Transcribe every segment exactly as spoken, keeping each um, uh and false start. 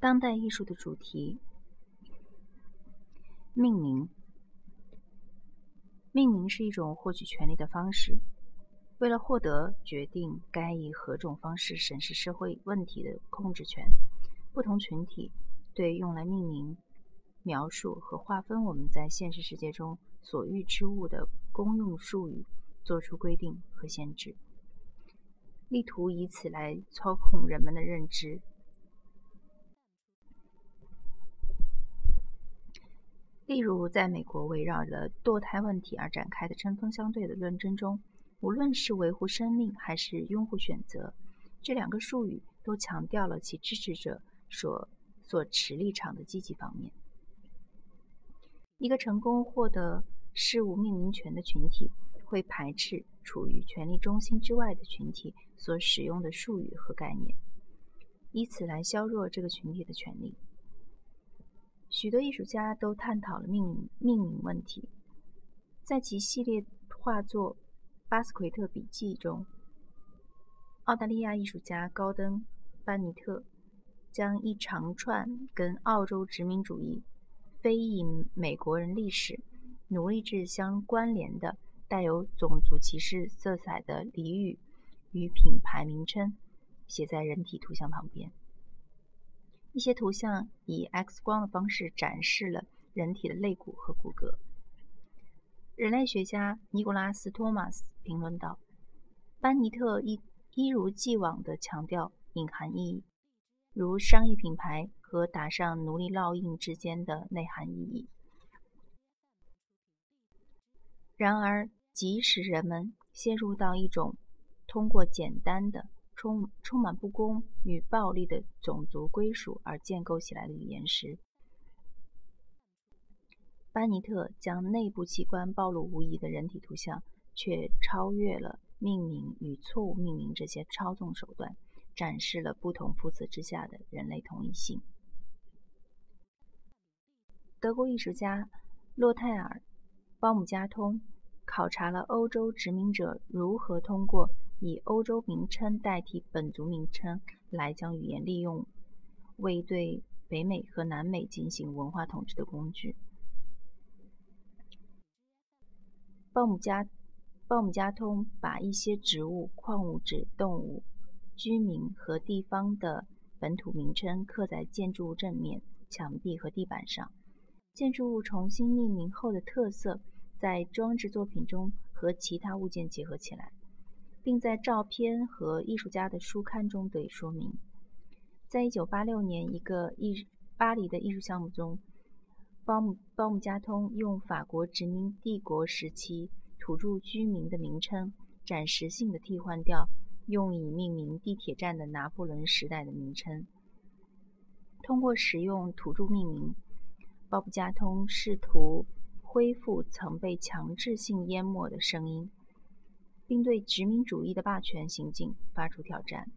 当代艺术的主题。命名。命名是一种获取权利的方式。为了获得决定该以何种方式审视社会问题的控制权，不同群体对用来命名、描述和划分我们在现实世界中所遇之物的公用术语做出规定和限制，力图以此来操控人们的认知。例如，在美国围绕着堕胎问题而展开的针锋相对的论争中，无论是维护生命还是拥护选择，这两个术语都强调了其支持者所所持立场的积极方面。一个成功获得事物命名权的群体会排斥处于权力中心之外的群体所使用的术语和概念，以此来削弱这个群体的权利。许多艺术家都探讨了命名命名问题。在其系列画作《巴斯奎特笔记》中，澳大利亚艺术家高登·班尼特将一长串跟澳洲殖民主义、非裔美国人历史、奴隶制相关联的带有种族歧视色彩的俚语与品牌名称写在人体图像旁边。一些图像以 X 光的方式展示了人体的肋骨和骨骼。人类学家尼古拉斯·托马斯评论道：“班尼特一一如既往地强调隐含意义，如商业品牌和打上奴隶烙印之间的内涵意义。然而，即使人们陷入到一种通过简单的充充满不公与暴力的种族归属而建构起来的语言时，班尼特将内部器官暴露无遗的人体图像却超越了命名与错误命名这些操纵手段，展示了不同肤色之下的人类同一性。”德国艺术家洛泰尔·鲍姆加通考察了欧洲殖民者如何通过以欧洲名称代替本族名称来将语言利用为对北美和南美进行文化统治的工具。鲍姆加鲍姆加通把一些植物、矿物质、动物、居民和地方的本土名称刻在建筑物正面、墙壁和地板上。建筑物重新命名后的特色在装置作品中和其他物件结合起来，并在照片和艺术家的书刊中得以说明。在一九八六年一个艺巴黎的艺术项目中，鲍姆鲍姆加通用法国殖民帝国时期土著居民的名称，暂时性的替换掉用以命名地铁站的拿破仑时代的名称。通过使用土著命名，鲍姆加通试图恢复曾被强制性淹没的声音，并对殖民主义的霸权行径发出挑战。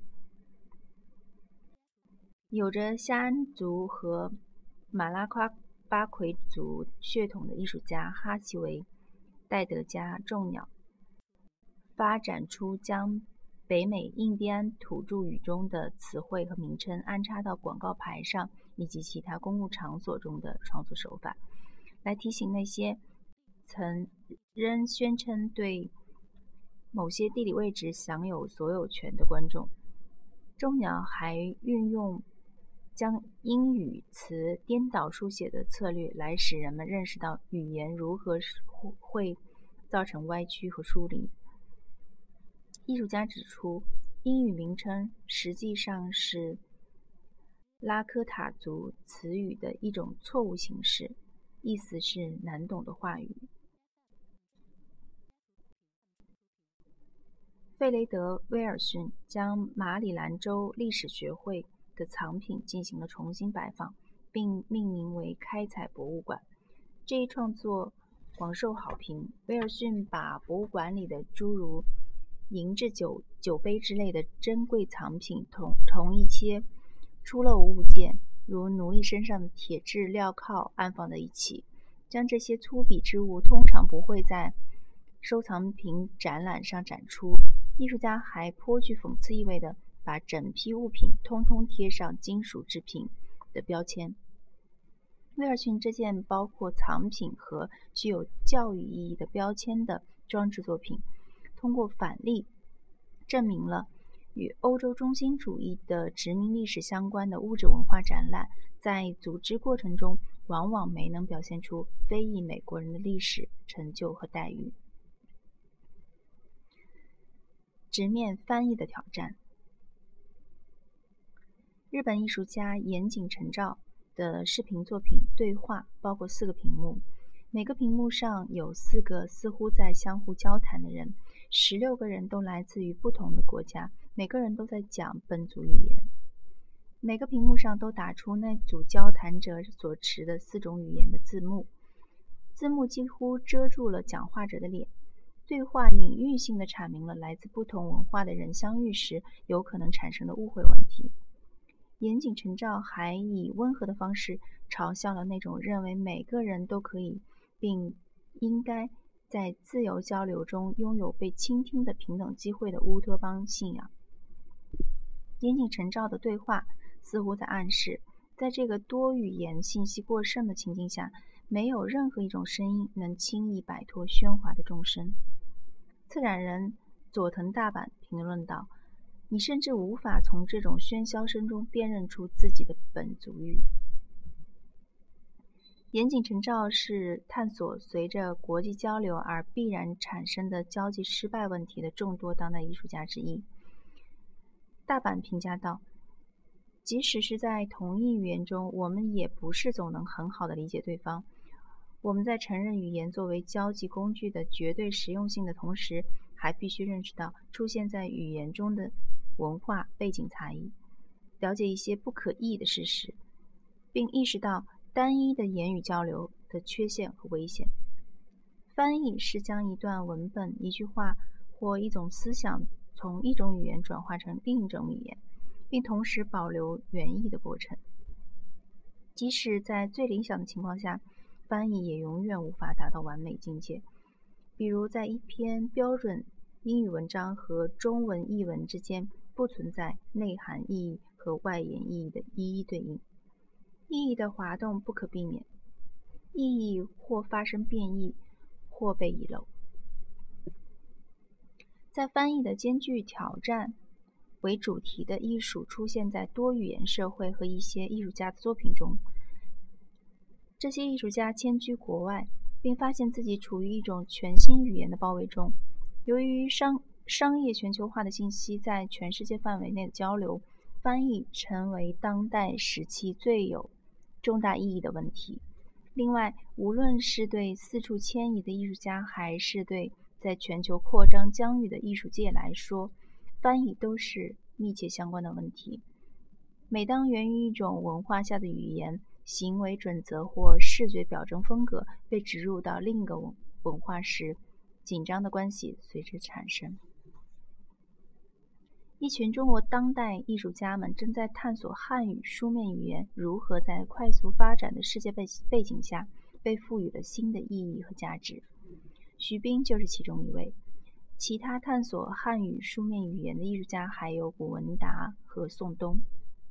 有着夏安族和马拉夸巴奎族血统的艺术家哈奇维·戴德加众鸟发展出将北美印第安土著语中的词汇和名称安插到广告牌上以及其他公共场所中的创作手法，来提醒那些曾仍宣称对某些地理位置享有所有权的观众。众鸟还运用将英语词颠倒书写的策略来使人们认识到语言如何会造成歪曲和疏离。艺术家指出，英语名称实际上是拉科塔族词语的一种错误形式，意思是难懂的话语。费雷德·威尔逊将马里兰州历史学会的藏品进行了重新摆放，并命名为开采博物馆。这一创作广受好评。威尔逊把博物馆里的诸如银质酒酒杯之类的珍贵藏品同同一些出漏物件，如奴隶身上的铁质镣铐安放在一起。将这些粗鄙之物通常不会在收藏品展览上展出。艺术家还颇具讽刺意味地把整批物品通通贴上金属制品的标签。威尔逊这件包括藏品和具有教育意义的标签的装置作品，通过反例证明了与欧洲中心主义的殖民历史相关的物质文化展览在组织过程中往往没能表现出非裔美国人的历史成就和待遇。直面翻译的挑战。日本艺术家岩井成照的视频作品对话包括四个屏幕，每个屏幕上有四个似乎在相互交谈的人，十六个人都来自于不同的国家，每个人都在讲本族语言。每个屏幕上都打出那组交谈者所持的四种语言的字幕，字幕几乎遮住了讲话者的脸。对话隐喻性地阐明了来自不同文化的人相遇时有可能产生的误会问题。岩井成照还以温和的方式嘲笑了那种认为每个人都可以并应该在自由交流中拥有被倾听的平等机会的乌托邦信仰。岩井成照的对话似乎在暗示，在这个多语言信息过剩的情境下，没有任何一种声音能轻易摆脱喧哗的众生。策展人佐藤大阪评论道，你甚至无法从这种喧嚣声中辨认出自己的本族语。岩井成照是探索随着国际交流而必然产生的交际失败问题的众多当代艺术家之一。大阪评价道，即使是在同一语言中，我们也不是总能很好地理解对方。我们在承认语言作为交际工具的绝对实用性的同时，还必须认识到出现在语言中的文化背景差异，了解一些不可逆的事实，并意识到单一的言语交流的缺陷和危险。翻译是将一段文本、一句话或一种思想从一种语言转化成另一种语言，并同时保留原意的过程。即使在最理想的情况下，翻译也永远无法达到完美境界。比如在一篇标准英语文章和中文译文之间不存在内涵意义和外延意义的一一对应，意义的滑动不可避免，意义或发生变异，或被遗漏。在翻译的艰巨挑战为主题的艺术出现在多语言社会和一些艺术家的作品中。这些艺术家迁居国外，并发现自己处于一种全新语言的包围中。由于商商业全球化的信息在全世界范围内的交流，翻译成为当代时期最有重大意义的问题。另外，无论是对四处迁移的艺术家，还是对在全球扩张疆域的艺术界来说，翻译都是密切相关的问题。每当源于一种文化下的语言、行为准则或视觉表征风格被植入到另一个文化时，紧张的关系随之产生。一群中国当代艺术家们正在探索汉语书面语言如何在快速发展的世界背背景下被赋予了新的意义和价值。徐冰就是其中一位。其他探索汉语书面语言的艺术家还有古文达和宋冬。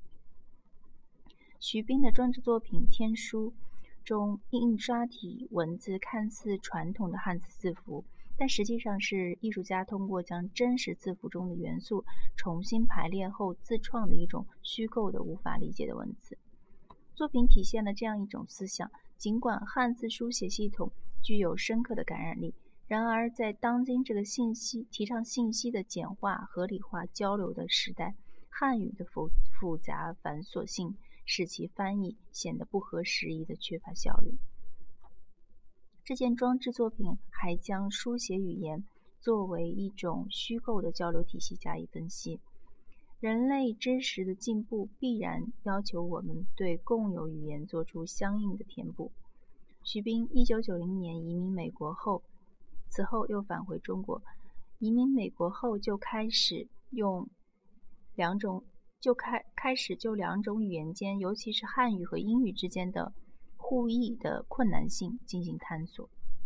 徐冰的装置作品《天书》中印刷体文字看似传统的汉字字符，但实际上是艺术家通过将真实字符中的元素重新排列后自创的一种虚构的无法理解的文字。作品体现了这样一种思想，尽管汉字书写系统具有深刻的感染力，然而在当今这个信息提倡信息的简化、合理化交流的时代，汉语的复复杂繁琐性使其翻译显得不合时宜的缺乏效率。这件装置作品还将书写语言作为一种虚构的交流体系加以分析。人类知识的进步必然要求我们对共有语言做出相应的填补。徐冰一九九零年移民美国后，此后又返回中国。移民美国后就开始用两种就开开始就两种语言间，尤其是汉语和英语之间的互译的困难性进行探索。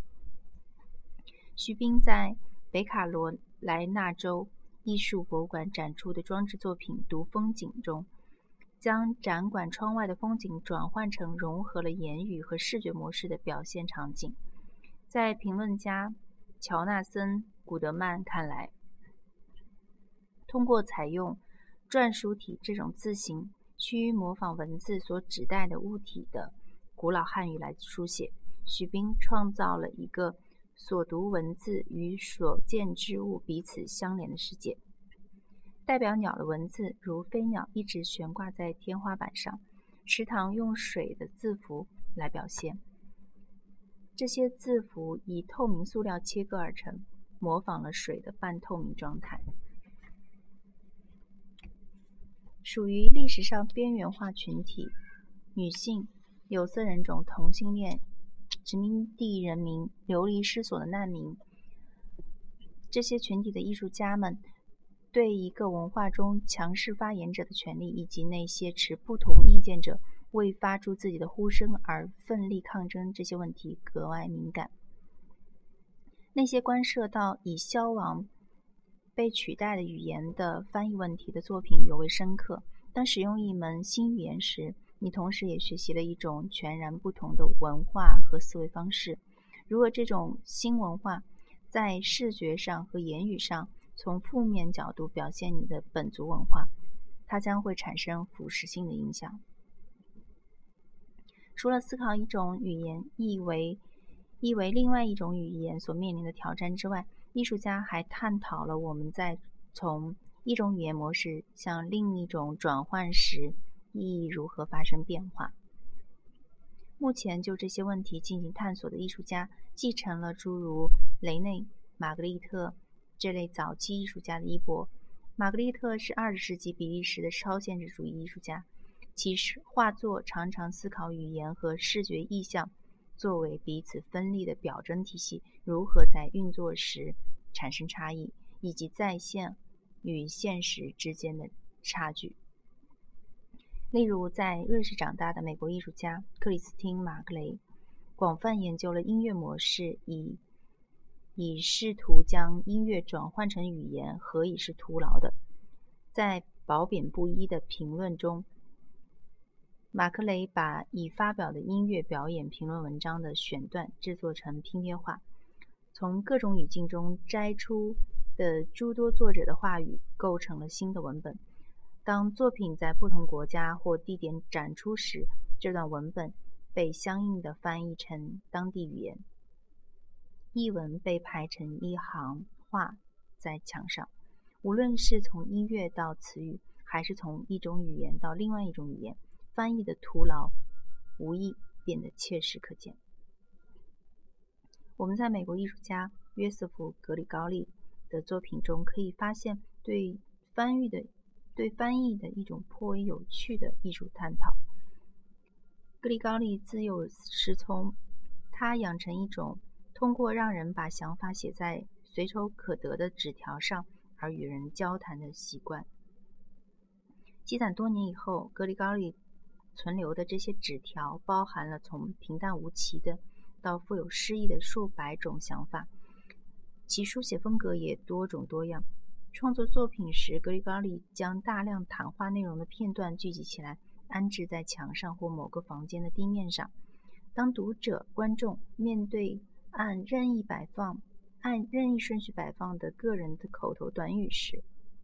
徐冰在北卡罗来纳州艺术博物馆展出的装置作品《读风景》中， 将展馆窗外的风景转换成融合了言语和视觉模式的表现场景。在评论家乔纳森·古德曼看来，通过采用篆书体这种字形，趋于模仿文字所指代的物体的古老汉语来书写，许彬创造了一个所读文字与所见之物彼此相连的世界。代表鸟的文字如飞鸟一直悬挂在天花板上，池塘用水的字符来表现。这些字符以透明塑料切割而成，模仿了水的半透明状态。属于历史上边缘化群体，女性、有色人种、同性恋、殖民地人民、流离失所的难民，这些群体的艺术家们对一个文化中强势发言者的权利，以及那些持不同意见者为发出自己的呼声而奋力抗争这些问题格外敏感。那些关涉到已消亡、被取代的语言的翻译问题的作品尤为深刻。当使用一门新语言时，你同时也学习了一种全然不同的文化和思维方式。如果这种新文化在视觉上和言语上从负面角度表现你的本族文化，它将会产生腐蚀性的影响。除了思考一种语言译为译为另外一种语言所面临的挑战之外，艺术家还探讨了我们在从一种语言模式向另一种转换时意义如何发生变化。目前就这些问题进行探索的艺术家继承了诸如雷内、玛格丽特这类早期艺术家的衣钵。玛格丽特是二十世纪比利时的超现实主义艺术家，其画作常常思考语言和视觉意象作为彼此分立的表征体系如何在运作时产生差异，以及再现与现实之间的差距。例如，在瑞士长大的美国艺术家克里斯汀·马格雷广泛研究了音乐模式，以以试图将音乐转换成语言，何以是徒劳的。在褒贬不一的评论中，马克雷把已发表的音乐表演评论文章的选段制作成拼贴画，从各种语境中摘出的诸多作者的话语构成了新的文本。当作品在不同国家或地点展出时，这段文本被相应的翻译成当地语言，译文被排成一行画在墙上。无论是从音乐到词语，还是从一种语言到另外一种语言，翻译的徒劳无疑变得切实可见。我们在美国艺术家约瑟夫·格里高利的作品中可以发现对翻译的对翻译的一种颇为有趣的艺术探讨。格里高利自幼时从，他养成一种通过让人把想法写在随手可得的纸条上而与人交谈的习惯。积攒多年以后，格里高利存留的这些纸条包含了从平淡无奇的到富有诗意的数百种想法，其书写风格也多种多样。创作作品时，格里高利将大量谈话内容的片段聚集起来，安置在墙上或某个房间的地面上。当读者、观众面对按任意摆放、按任意顺序摆放的个人的口头短语时，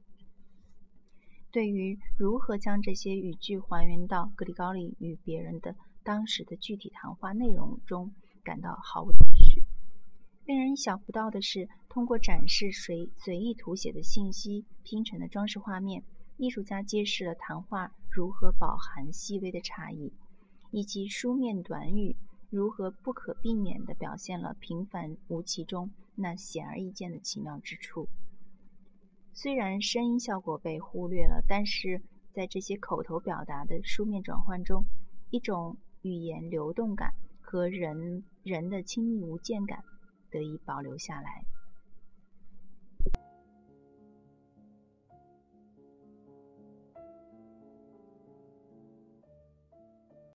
对于如何将这些语句还原到格里高利与别人的当时的具体谈话内容中感到毫无头绪。令人意想不到的是，通过展示随随意涂写的信息拼成的装饰画面，艺术家揭示了谈话如何饱含细微的差异，以及书面短语如何不可避免地表现了平凡无奇中那显而易见的奇妙之处。虽然声音效果被忽略了，但是在这些口头表达的书面转换中，一种语言流动感和人人的亲密无间感得以保留下来。